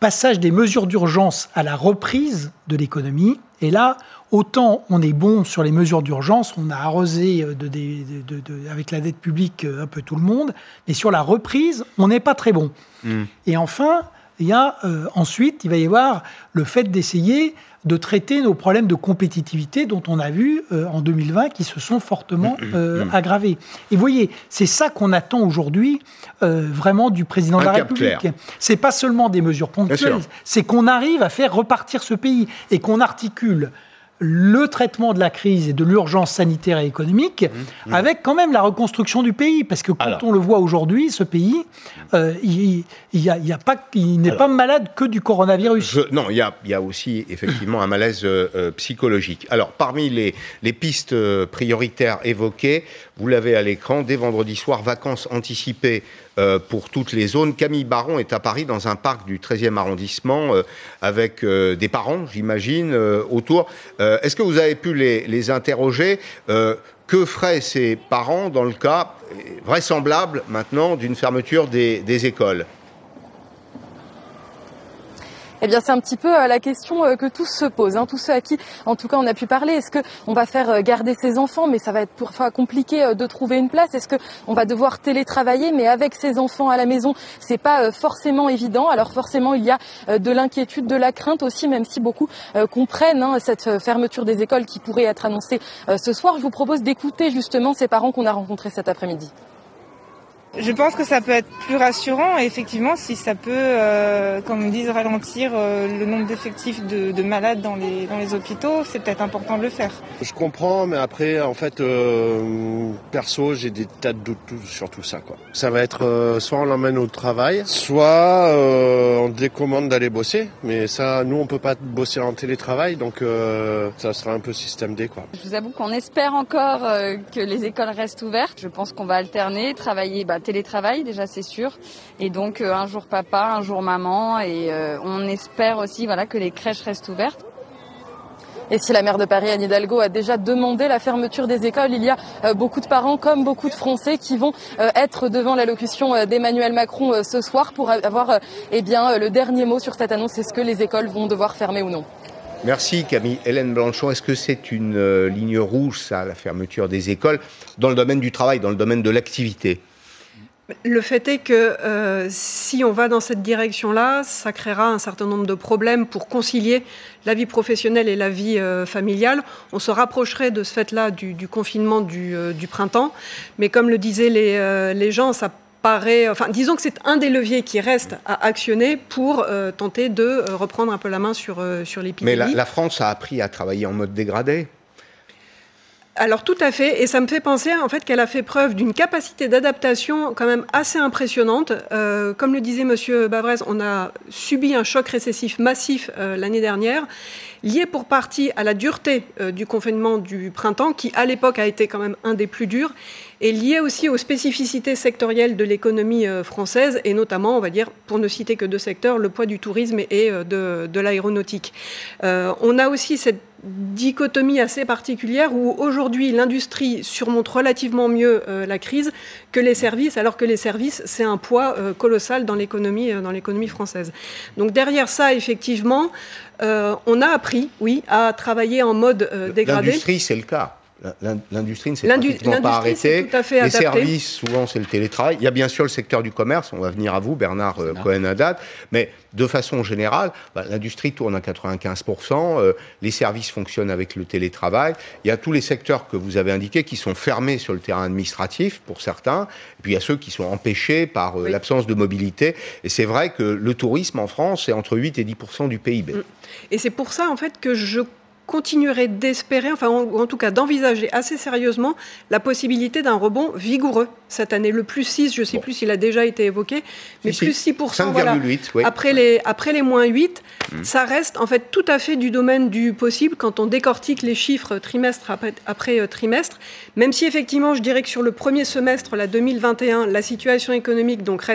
passage des mesures d'urgence à la reprise de l'économie. Et là, autant on est bon sur les mesures d'urgence, on a arrosé de, de, de, de, de, avec la dette publique un peu tout le monde, mais sur la reprise, on n'est pas très bon. Mmh. Et enfin, il y a euh, ensuite, il va y avoir le fait d'essayer de traiter nos problèmes de compétitivité dont on a vu euh, en deux mille vingt qui se sont fortement euh, aggravés. Et vous voyez, c'est ça qu'on attend aujourd'hui euh, vraiment du président de la République. Clair. C'est pas seulement des mesures ponctuelles, c'est qu'on arrive à faire repartir ce pays et qu'on articule le traitement de la crise et de l'urgence sanitaire et économique mmh, mmh. avec quand même la reconstruction du pays. Parce que quand Alors. on le voit aujourd'hui, ce pays, euh, il, il, y a, il, y a pas, il n'est Alors. pas malade que du coronavirus. Je, non, il y, a, il y a aussi effectivement un malaise euh, psychologique. Alors, parmi les, les pistes prioritaires évoquées, vous l'avez à l'écran, dès vendredi soir, vacances anticipées Euh, pour toutes les zones. Camille Baron est à Paris dans un parc du treizième arrondissement euh, avec euh, des parents, j'imagine, euh, autour. Euh, est-ce que vous avez pu les, les interroger euh, Que feraient ces parents dans le cas vraisemblable maintenant d'une fermeture des, des écoles ? Eh bien, c'est un petit peu la question que tous se posent, hein, tous ceux à qui, en tout cas, on a pu parler. Est-ce qu'on va faire garder ses enfants, mais ça va être parfois compliqué de trouver une place? Est-ce qu'on va devoir télétravailler, mais avec ses enfants à la maison, c'est pas forcément évident. Alors forcément, il y a de l'inquiétude, de la crainte aussi, même si beaucoup comprennent hein, cette fermeture des écoles qui pourrait être annoncée ce soir. Je vous propose d'écouter justement ces parents qu'on a rencontrés cet après-midi. Je pense que ça peut être plus rassurant et effectivement si ça peut, euh, comme ils disent, ralentir euh, le nombre d'effectifs de, de malades dans les, dans les hôpitaux, c'est peut-être important de le faire. Je comprends, mais après, en fait, euh, perso, j'ai des tas de doutes sur tout ça, quoi. Ça va être euh, soit on l'emmène au travail, soit euh, on décommande d'aller bosser, mais ça, nous, on peut pas bosser en télétravail, donc euh, ça sera un peu système D, quoi. Je vous avoue qu'on espère encore euh, que les écoles restent ouvertes. Je pense qu'on va alterner, travailler, bah, télétravail déjà c'est sûr et donc euh, un jour papa, un jour maman et euh, on espère aussi voilà que les crèches restent ouvertes. Et si la maire de Paris, Anne Hidalgo, a déjà demandé la fermeture des écoles, il y a euh, beaucoup de parents comme beaucoup de Français qui vont euh, être devant l'allocution euh, d'Emmanuel Macron euh, ce soir pour avoir euh, eh bien euh, le dernier mot sur cette annonce. Est-ce que les écoles vont devoir fermer ou non? Merci Camille. Hélène Blanchon, est-ce que c'est une euh, ligne rouge, ça, la fermeture des écoles, dans le domaine du travail, dans le domaine de l'activité? Le fait est que euh, si on va dans cette direction-là, ça créera un certain nombre de problèmes pour concilier la vie professionnelle et la vie euh, familiale. On se rapprocherait de ce fait-là du, du confinement du, euh, du printemps. Mais comme le disaient les, euh, les gens, ça paraît... Enfin, disons que c'est un des leviers qui reste à actionner pour euh, tenter de euh, reprendre un peu la main sur, euh, sur l'épidémie. Mais la, la France a appris à travailler en mode dégradé. Alors tout à fait, et ça me fait penser en fait qu'elle a fait preuve d'une capacité d'adaptation quand même assez impressionnante. Euh, comme le disait Monsieur Bavrez, on a subi un choc récessif massif euh, l'année dernière, lié pour partie à la dureté euh, du confinement du printemps, qui à l'époque a été quand même un des plus durs, et lié aussi aux spécificités sectorielles de l'économie euh, française, et notamment, on va dire, pour ne citer que deux secteurs, le poids du tourisme et euh, de, de l'aéronautique. Euh, on a aussi cette dichotomie assez particulière où aujourd'hui l'industrie surmonte relativement mieux euh, la crise que les services, alors que les services c'est un poids euh, colossal dans l'économie euh, dans l'économie française. Donc derrière ça effectivement euh, on a appris oui à travailler en mode euh, dégradé. L'industrie c'est le cas. L'industrie ne s'est pratiquement pas arrêtée. Les adapté. Services, souvent, c'est le télétravail. Il y a bien sûr le secteur du commerce. On va venir à vous, Bernard euh, Cohen-Haddad. Mais de façon générale, bah, l'industrie tourne à quatre-vingt-quinze pour cent. Euh, les services fonctionnent avec le télétravail. Il y a tous les secteurs que vous avez indiqués qui sont fermés sur le terrain administratif, pour certains. Et puis, il y a ceux qui sont empêchés par euh, oui. l'absence de mobilité. Et c'est vrai que le tourisme en France, c'est entre huit et dix pour cent du P I B. Et c'est pour ça, en fait, que je continuerait d'espérer, enfin en, en tout cas d'envisager assez sérieusement la possibilité d'un rebond vigoureux cette année. Le plus six, je ne sais bon. plus s'il a déjà été évoqué, mais si, plus six pour cent, voilà, oui. après, les, après les moins huit, mmh. ça reste en fait tout à fait du domaine du possible quand on décortique les chiffres trimestre après, après euh, trimestre, même si effectivement je dirais que sur le premier semestre, la deux mille vingt et un, la situation économique donc reste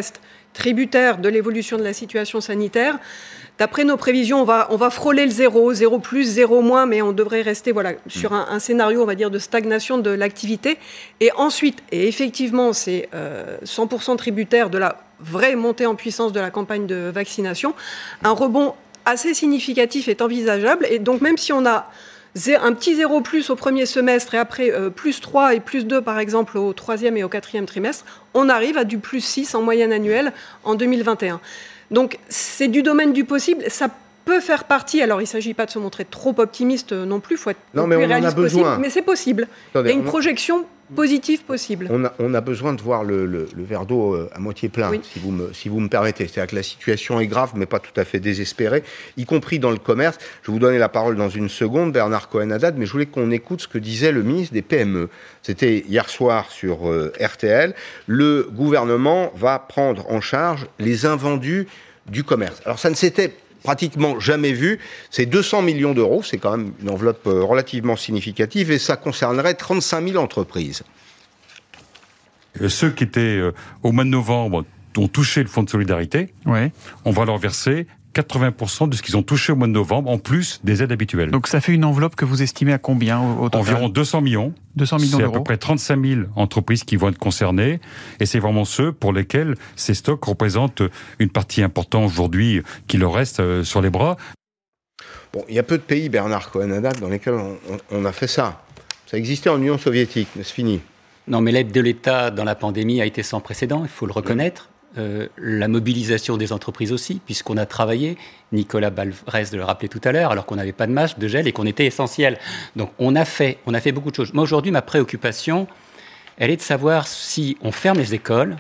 tributaire de l'évolution de la situation sanitaire. D'après nos prévisions, on va, on va frôler le zéro, zéro plus, zéro moins, mais on devrait rester voilà, sur un, un scénario, on va dire, de stagnation de l'activité. Et ensuite, et effectivement, c'est euh, cent pour cent tributaire de la vraie montée en puissance de la campagne de vaccination, un rebond assez significatif est envisageable. Et donc, même si on a un petit zéro plus au premier semestre et après euh, plus trois et plus deux, par exemple, au troisième et au quatrième trimestre, on arrive à du plus six en moyenne annuelle en deux mille vingt et un. Donc, c'est du domaine du possible. Ça peut faire partie. Alors, il ne s'agit pas de se montrer trop optimiste non plus. Il faut être non, non mais plus on réaliste en a besoin. Possible, mais c'est possible. Attendez, il y a une a... projection positive possible. On a, on a besoin de voir le, le, le verre d'eau à moitié plein, oui. si, vous me, si vous me permettez. C'est-à-dire que la situation est grave, mais pas tout à fait désespérée, y compris dans le commerce. Je vais vous donner la parole dans une seconde, Bernard Cohen-Haddad, mais je voulais qu'on écoute ce que disait le ministre des P M E. C'était hier soir sur euh, R T L. Le gouvernement va prendre en charge les invendus du commerce. Alors ça ne s'était pratiquement jamais vu. C'est deux cents millions d'euros, c'est quand même une enveloppe relativement significative, et ça concernerait trente-cinq mille entreprises. Ceux qui étaient euh, au mois de novembre ont touché le fonds de solidarité, ouais. On va leur verser quatre-vingts pour cent de ce qu'ils ont touché au mois de novembre, en plus des aides habituelles. Donc ça fait une enveloppe que vous estimez à combien au, au total ? Environ deux cents millions. deux cents millions c'est d'euros. C'est à peu près trente-cinq mille entreprises qui vont être concernées, et c'est vraiment ceux pour lesquels ces stocks représentent une partie importante aujourd'hui qui leur reste sur les bras. Bon, il y a peu de pays, Bernard Cohen-Haddad, dans lesquels on, on, on a fait ça. Ça existait en Union soviétique, mais c'est fini. Non, mais l'aide de l'État dans la pandémie a été sans précédent, il faut le reconnaître. Euh, la mobilisation des entreprises aussi, puisqu'on a travaillé, Nicolas Balvrez le rappelait tout à l'heure, alors qu'on n'avait pas de masque, de gel et qu'on était essentiel. Donc on a fait, on a fait beaucoup de choses. Moi aujourd'hui, ma préoccupation, elle est de savoir si on ferme les écoles,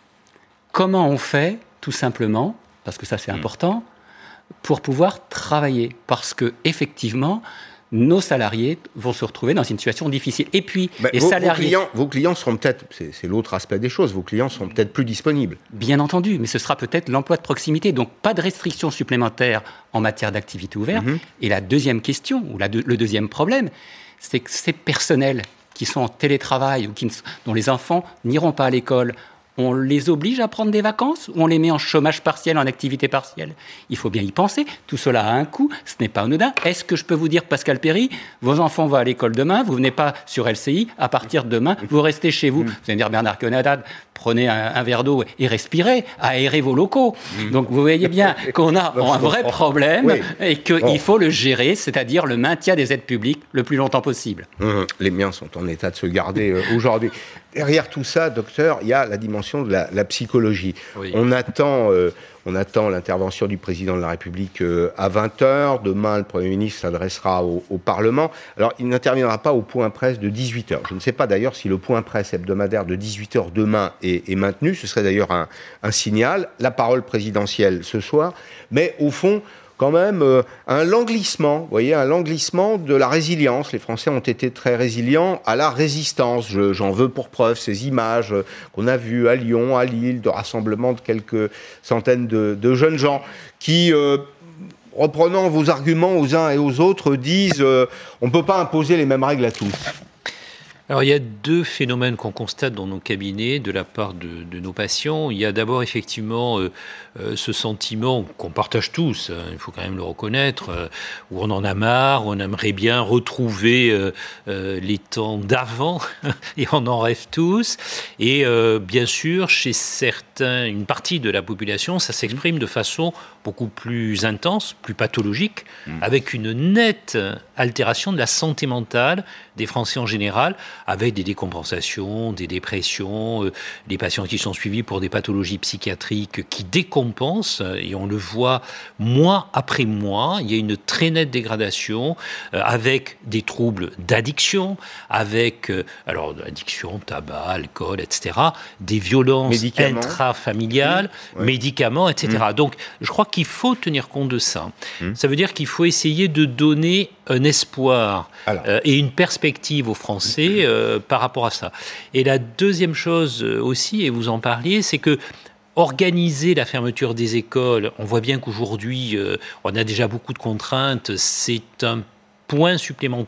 comment on fait, tout simplement, parce que ça c'est mmh. important, pour pouvoir travailler. Parce que effectivement, nos salariés vont se retrouver dans une situation difficile. Et puis, ben, les vos, salariés... Vos clients, vos clients seront peut-être, c'est, c'est l'autre aspect des choses, vos clients seront peut-être plus disponibles. Bien entendu, mais ce sera peut-être l'emploi de proximité. Donc, pas de restrictions supplémentaires en matière d'activité ouverte. Mm-hmm. Et la deuxième question, ou la de, le deuxième problème, c'est que ces personnels qui sont en télétravail ou qui, dont les enfants n'iront pas à l'école, on les oblige à prendre des vacances ou on les met en chômage partiel, en activité partielle ? Il faut bien y penser. Tout cela a un coût. Ce n'est pas anodin. Est-ce que je peux vous dire, Pascal Perry, vos enfants vont à l'école demain, vous ne venez pas sur L C I, à partir de demain, vous restez chez vous. Vous allez me dire, Bernard Cohen-Haddad, prenez un, un verre d'eau et respirez, aérez vos locaux. Donc vous voyez bien qu'on a un vrai problème oui. et qu'il bon. faut le gérer, c'est-à-dire le maintien des aides publiques le plus longtemps possible. Mmh. Les miens sont en état de se garder euh, aujourd'hui. Derrière tout ça, docteur, il y a la dimension de la, la psychologie. Oui. On attend, euh, on attend l'intervention du président de la République euh, à vingt heures. Demain, le Premier ministre s'adressera au, au Parlement. Alors, il n'interviendra pas au point presse de dix-huit heures. Je ne sais pas d'ailleurs si le point presse hebdomadaire de dix-huit heures demain est, est maintenu. Ce serait d'ailleurs un, un signal. La parole présidentielle ce soir. Mais au fond, quand même euh, un languissement, vous voyez, un languissement de la résilience. Les Français ont été très résilients à la résistance. Je, j'en veux pour preuve ces images euh, qu'on a vues à Lyon, à Lille, de rassemblements de quelques centaines de, de jeunes gens qui, euh, reprenant vos arguments aux uns et aux autres, disent euh, on ne peut pas imposer les mêmes règles à tous. Alors, il y a deux phénomènes qu'on constate dans nos cabinets de la part de, de nos patients. Il y a d'abord effectivement euh, euh, ce sentiment qu'on partage tous, hein, il faut quand même le reconnaître, euh, où on en a marre, on aimerait bien retrouver euh, euh, les temps d'avant, et on en rêve tous. Et euh, bien sûr, chez certains, une partie de la population, ça s'exprime de façon beaucoup plus intense, plus pathologique, mmh. avec une nette altération de la santé mentale des Français en général, avec des décompensations, des dépressions, euh, des patients qui sont suivis pour des pathologies psychiatriques qui décompensent, et on le voit mois après mois, il y a une très nette dégradation, euh, avec des troubles d'addiction, avec, euh, alors addiction, tabac, alcool, et cetera, des violences médicaments. intrafamiliales, mmh. ouais. médicaments, et cetera. Mmh. Donc, je crois qu'il faut tenir compte de ça. Mmh. Ça veut dire qu'il faut essayer de donner un espoir euh, et une perspective aux Français euh, par rapport à ça. Et la deuxième chose aussi, et vous en parliez, c'est que organiser la fermeture des écoles, on voit bien qu'aujourd'hui, euh, on a déjà beaucoup de contraintes, c'est un point supplémentaire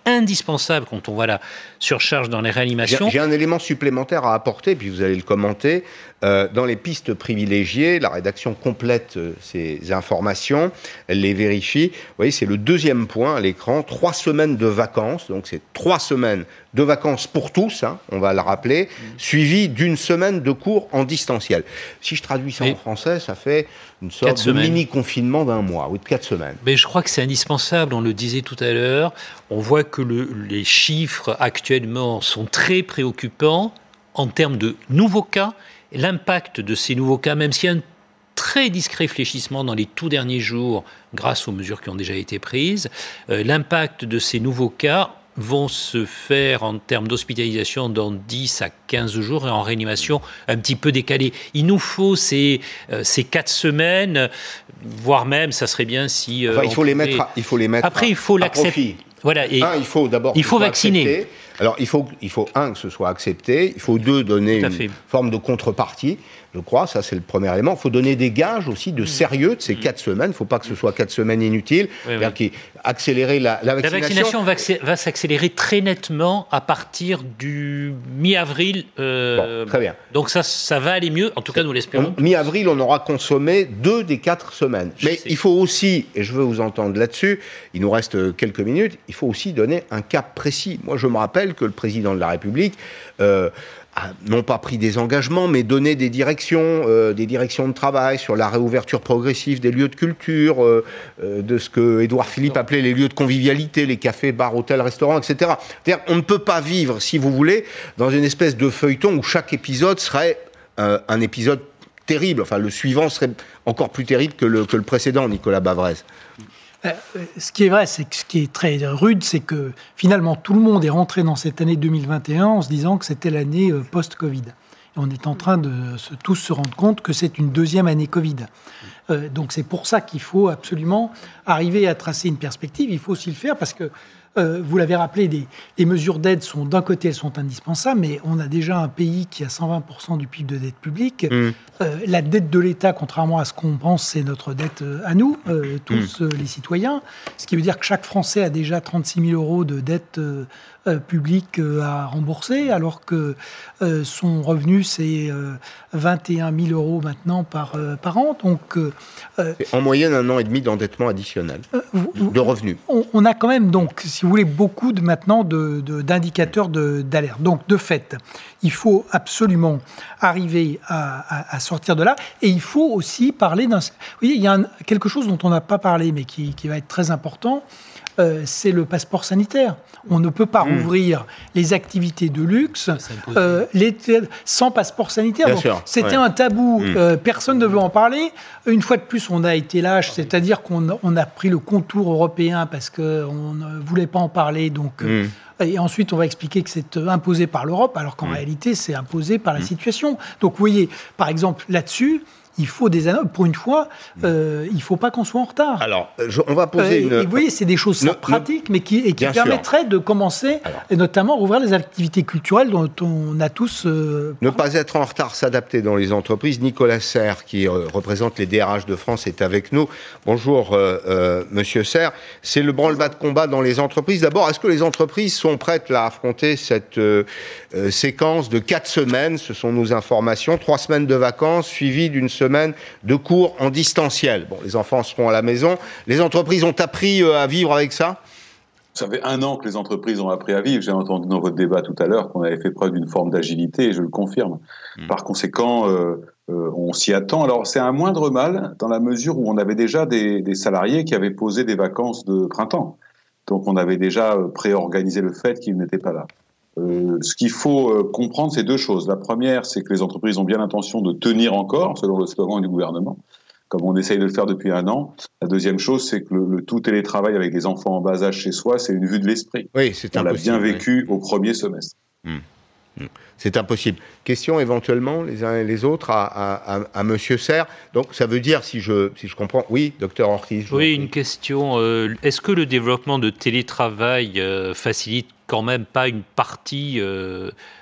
indispensable quand on voit la surcharge dans les réanimations. J'ai, j'ai un élément supplémentaire à apporter, puis vous allez le commenter. Euh, dans les pistes privilégiées, la rédaction complète euh, ces informations, elle les vérifie. Vous voyez, c'est le deuxième point à l'écran, trois semaines de vacances, donc c'est trois semaines de vacances pour tous, hein, on va le rappeler, mmh. suivi d'une semaine de cours en distanciel. Si je traduis ça Mais en français, ça fait une sorte de mini-confinement d'un mois, ou de quatre semaines. Mais je crois que c'est indispensable, on le disait tout à l'heure, on voit que le, les chiffres actuellement sont très préoccupants en termes de nouveaux cas. L'impact de ces nouveaux cas, même s'il y a un très discret fléchissement dans les tout derniers jours, grâce aux mesures qui ont déjà été prises, euh, l'impact de ces nouveaux cas vont se faire en termes d'hospitalisation dans dix à quinze jours et en réanimation un petit peu décalé. Il nous faut ces, euh, ces quatre semaines, voire même, ça serait bien si... Euh, enfin, il, faut les mettre à, il faut les mettre Après, à, il faut l'accepter. Voilà, et un, il faut d'abord il faut vacciner. Accepté. Alors, il faut, il faut, un, que ce soit accepté. Il faut, deux, donner une fait. forme de contrepartie. Je crois, ça, c'est le premier élément. Il faut donner des gages aussi de sérieux de ces mmh. quatre semaines. Il ne faut pas que ce soit quatre semaines inutiles. Oui, oui. Accélérer la, la vaccination. La vaccination va, va s'accélérer très nettement à partir du mi-avril. Euh, bon, très bien. Donc, ça, ça va aller mieux. En tout cas, nous l'espérons. On, mi-avril, on aura consommé deux des quatre semaines. Je Mais sais. il faut aussi, et je veux vous entendre là-dessus, il nous reste quelques minutes, il faut aussi donner un cap précis. Moi, je me rappelle que le président de la République euh, a non pas pris des engagements, mais donné des directions, euh, des directions de travail sur la réouverture progressive des lieux de culture, euh, euh, de ce que Édouard Philippe appelait les lieux de convivialité, les cafés, bars, hôtels, restaurants, et cetera. C'est-à-dire, on ne peut pas vivre, si vous voulez, dans une espèce de feuilleton où chaque épisode serait euh, un épisode terrible. Enfin, le suivant serait encore plus terrible que le, que le précédent, Nicolas Bavrez. Euh, ce qui est vrai, c'est que ce qui est très rude, c'est que finalement tout le monde est rentré dans cette année deux mille vingt et un en se disant que c'était l'année euh, post-Covid. Et on est en train de se, tous se rendre compte que c'est une deuxième année Covid. Euh, donc c'est pour ça qu'il faut absolument arriver à tracer une perspective. Il faut aussi le faire parce que Euh, vous l'avez rappelé, des, les mesures d'aide sont, d'un côté, elles sont indispensables, mais on a déjà un pays qui a cent vingt pour cent du P I B de dette publique. Mmh. Euh, la dette de l'État, contrairement à ce qu'on pense, c'est notre dette à nous, euh, tous mmh. euh, les citoyens. Ce qui veut dire que chaque Français a déjà trente-six mille euros de dette euh, euh, publique euh, à rembourser, alors que euh, son revenu, c'est euh, vingt et un mille euros maintenant par, euh, par an. Donc, euh, c'est en moyenne un an et demi d'endettement additionnel euh, vous, de revenus. On, on a quand même, donc, si vous voulez, beaucoup de, maintenant de, de, d'indicateurs de, d'alerte. Donc, de fait, il faut absolument arriver à, à, à sortir de là. Et il faut aussi parler d'un... Vous voyez, il y a un, quelque chose dont on n'a pas parlé, mais qui, qui va être très important, euh, c'est le passeport sanitaire. On ne peut pas mmh. rouvrir les activités de luxe euh, les, sans passeport sanitaire. Donc, c'était ouais. un tabou. Mmh. Euh, personne ne veut en parler. Une fois de plus, on a été lâche, c'est-à-dire qu'on on a pris le contour européen parce qu'on ne voulait pas en parler. Donc, mmh. Et ensuite, on va expliquer que c'est imposé par l'Europe, alors qu'en mmh. réalité, c'est imposé par la mmh. situation. Donc, vous voyez, par exemple, là-dessus, il faut des années. Pour une fois, euh, il ne faut pas qu'on soit en retard. Alors, je, on va poser euh, une... Et vous voyez, c'est des choses ne, pratiques, ne... mais qui, et qui permettraient sûr. de commencer, Alors. et notamment rouvrir les activités culturelles dont on a tous... Euh, ne pas être en retard, s'adapter dans les entreprises. Nicolas Serre, qui euh, représente les D R H de France, est avec nous. Bonjour, euh, euh, Monsieur Serre. C'est le branle-bas de combat dans les entreprises. D'abord, est-ce que les entreprises sont prêtes là, à affronter cette euh, euh, séquence de quatre semaines? Ce sont nos informations. Trois semaines de vacances, suivies d'une semaine de cours en distanciel. Bon, les enfants seront à la maison. Les entreprises ont appris à vivre avec ça? Ça fait un an que les entreprises ont appris à vivre. J'ai entendu dans votre débat tout à l'heure qu'on avait fait preuve d'une forme d'agilité et je le confirme. Mmh. Par conséquent, euh, euh, on s'y attend. Alors, c'est un moindre mal dans la mesure où on avait déjà des, des salariés qui avaient posé des vacances de printemps. Donc, on avait déjà préorganisé le fait qu'ils n'étaient pas là. Euh, ce qu'il faut euh, comprendre, c'est deux choses. La première, c'est que les entreprises ont bien l'intention de tenir encore, selon le slogan du gouvernement, comme on essaye de le faire depuis un an. La deuxième chose, c'est que le, le tout télétravail avec les enfants en bas âge chez soi, c'est une vue de l'esprit. Oui, c'est on impossible. On l'a bien vécu oui. au premier semestre. Mmh. Mmh. C'est impossible. Question éventuellement, les uns et les autres, à, à, à, à Monsieur Serre. Donc, ça veut dire, si je, si je comprends... Oui, docteur Ortiz. Oui, une question. Euh, est-ce que le développement de télétravail euh, facilite quand même pas une partie euh,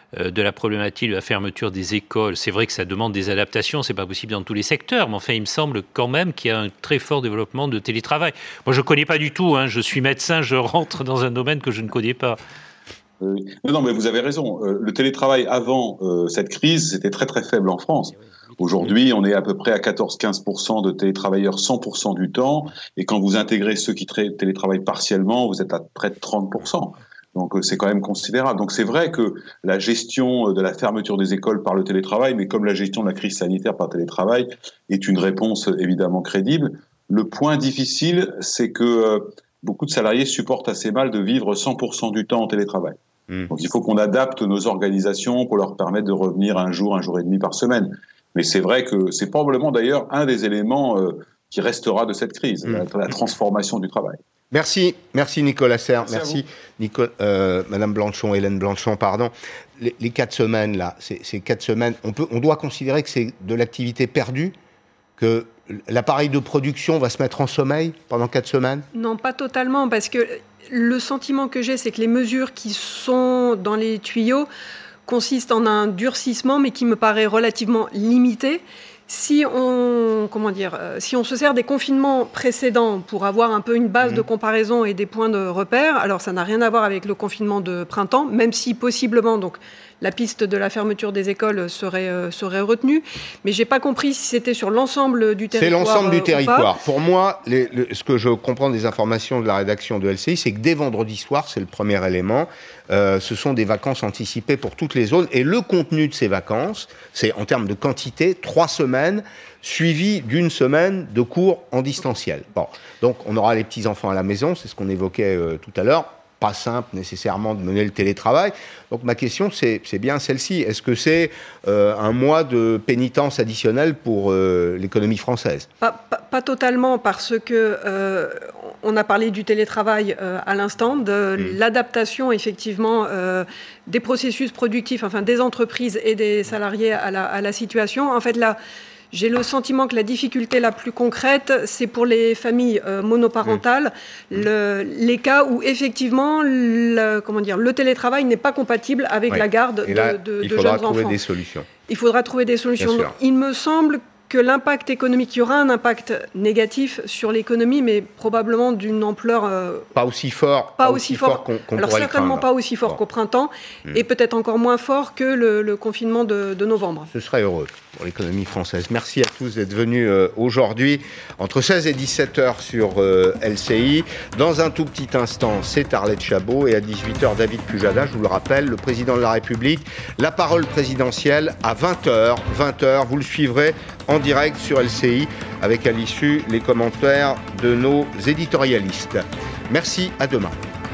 euh, de la problématique de la fermeture des écoles. C'est vrai que ça demande des adaptations, c'est pas possible dans tous les secteurs, mais enfin, il me semble quand même qu'il y a un très fort développement de télétravail. Moi, je connais pas du tout, hein, je suis médecin, je rentre dans un domaine que je ne connais pas. Euh, non, non, mais vous avez raison. Euh, le télétravail avant euh, cette crise, c'était très très faible en France. Aujourd'hui, on est à peu près à quatorze à quinze pour cent de télétravailleurs cent pour cent du temps. Et quand vous intégrez ceux qui tra- télétravaillent partiellement, vous êtes à près de trente pour cent. Donc euh, c'est quand même considérable. Donc c'est vrai que la gestion de la fermeture des écoles par le télétravail, mais comme la gestion de la crise sanitaire par télétravail, est une réponse évidemment crédible. Le point difficile, c'est que euh, beaucoup de salariés supportent assez mal de vivre cent pour cent du temps en télétravail. Mmh. Donc il faut qu'on adapte nos organisations pour leur permettre de revenir un jour, un jour et demi par semaine. Mais c'est vrai que c'est probablement d'ailleurs un des éléments euh, qui restera de cette crise, mmh. la, la transformation du travail. Merci, merci Nicolas Serre, merci, merci Nicole, euh, Madame Blanchon, Hélène Blanchon, pardon. Les, les quatre semaines là, ces, ces quatre semaines, on peut, on doit considérer que c'est de l'activité perdue, que l'appareil de production va se mettre en sommeil pendant quatre semaines ? Non, pas totalement, parce que le sentiment que j'ai, c'est que les mesures qui sont dans les tuyaux consiste en un durcissement, mais qui me paraît relativement limité. Si on, comment dire, si on se sert des confinements précédents pour avoir un peu une base mmh. de comparaison et des points de repère, alors ça n'a rien à voir avec le confinement de printemps, même si possiblement, donc, la piste de la fermeture des écoles serait, euh, serait retenue. Mais je n'ai pas compris si c'était sur l'ensemble du territoire. C'est l'ensemble du euh, territoire. Pour moi, les, le, ce que je comprends des informations de la rédaction de L C I, c'est que dès vendredi soir, c'est le premier élément, euh, ce sont des vacances anticipées pour toutes les zones. Et le contenu de ces vacances, c'est en termes de quantité, trois semaines, suivi d'une semaine de cours en distanciel. Bon, donc on aura les petits-enfants à la maison, c'est ce qu'on évoquait euh, tout à l'heure. Pas simple nécessairement de mener le télétravail. Donc ma question, c'est, c'est bien celle-ci. Est-ce que c'est euh, un mois de pénitence additionnelle pour euh, l'économie française ? pas, pas, pas totalement, parce que euh, on a parlé du télétravail euh, à l'instant, de mmh. l'adaptation effectivement euh, des processus productifs, enfin des entreprises et des salariés à la, à la situation. En fait, là, j'ai le sentiment que la difficulté la plus concrète, c'est pour les familles euh, monoparentales, mmh. le, les cas où effectivement, le, comment dire, le télétravail n'est pas compatible avec oui. la garde là, de, de, il de jeunes enfants. Il faudra trouver des solutions. Il faudra trouver des solutions. Il me semble que l'impact économique, il y aura un impact négatif sur l'économie, mais probablement d'une ampleur... Euh, pas aussi fort, pas, pas aussi, aussi fort, fort qu'on, qu'on alors pourrait certainement le pas aussi fort bon. qu'au printemps, mmh. et peut-être encore moins fort que le, le confinement de, de novembre. Ce serait heureux pour l'économie française. Merci à tous d'être venus euh, aujourd'hui, entre seize et dix-sept heures sur euh, L C I. Dans un tout petit instant, c'est Arlette Chabot, et à dix-huit heures, David Pujada, je vous le rappelle, le président de la République, la parole présidentielle à vingt heures. vingt heures, vous le suivrez en direct sur L C I, avec à l'issue les commentaires de nos éditorialistes. Merci, à demain.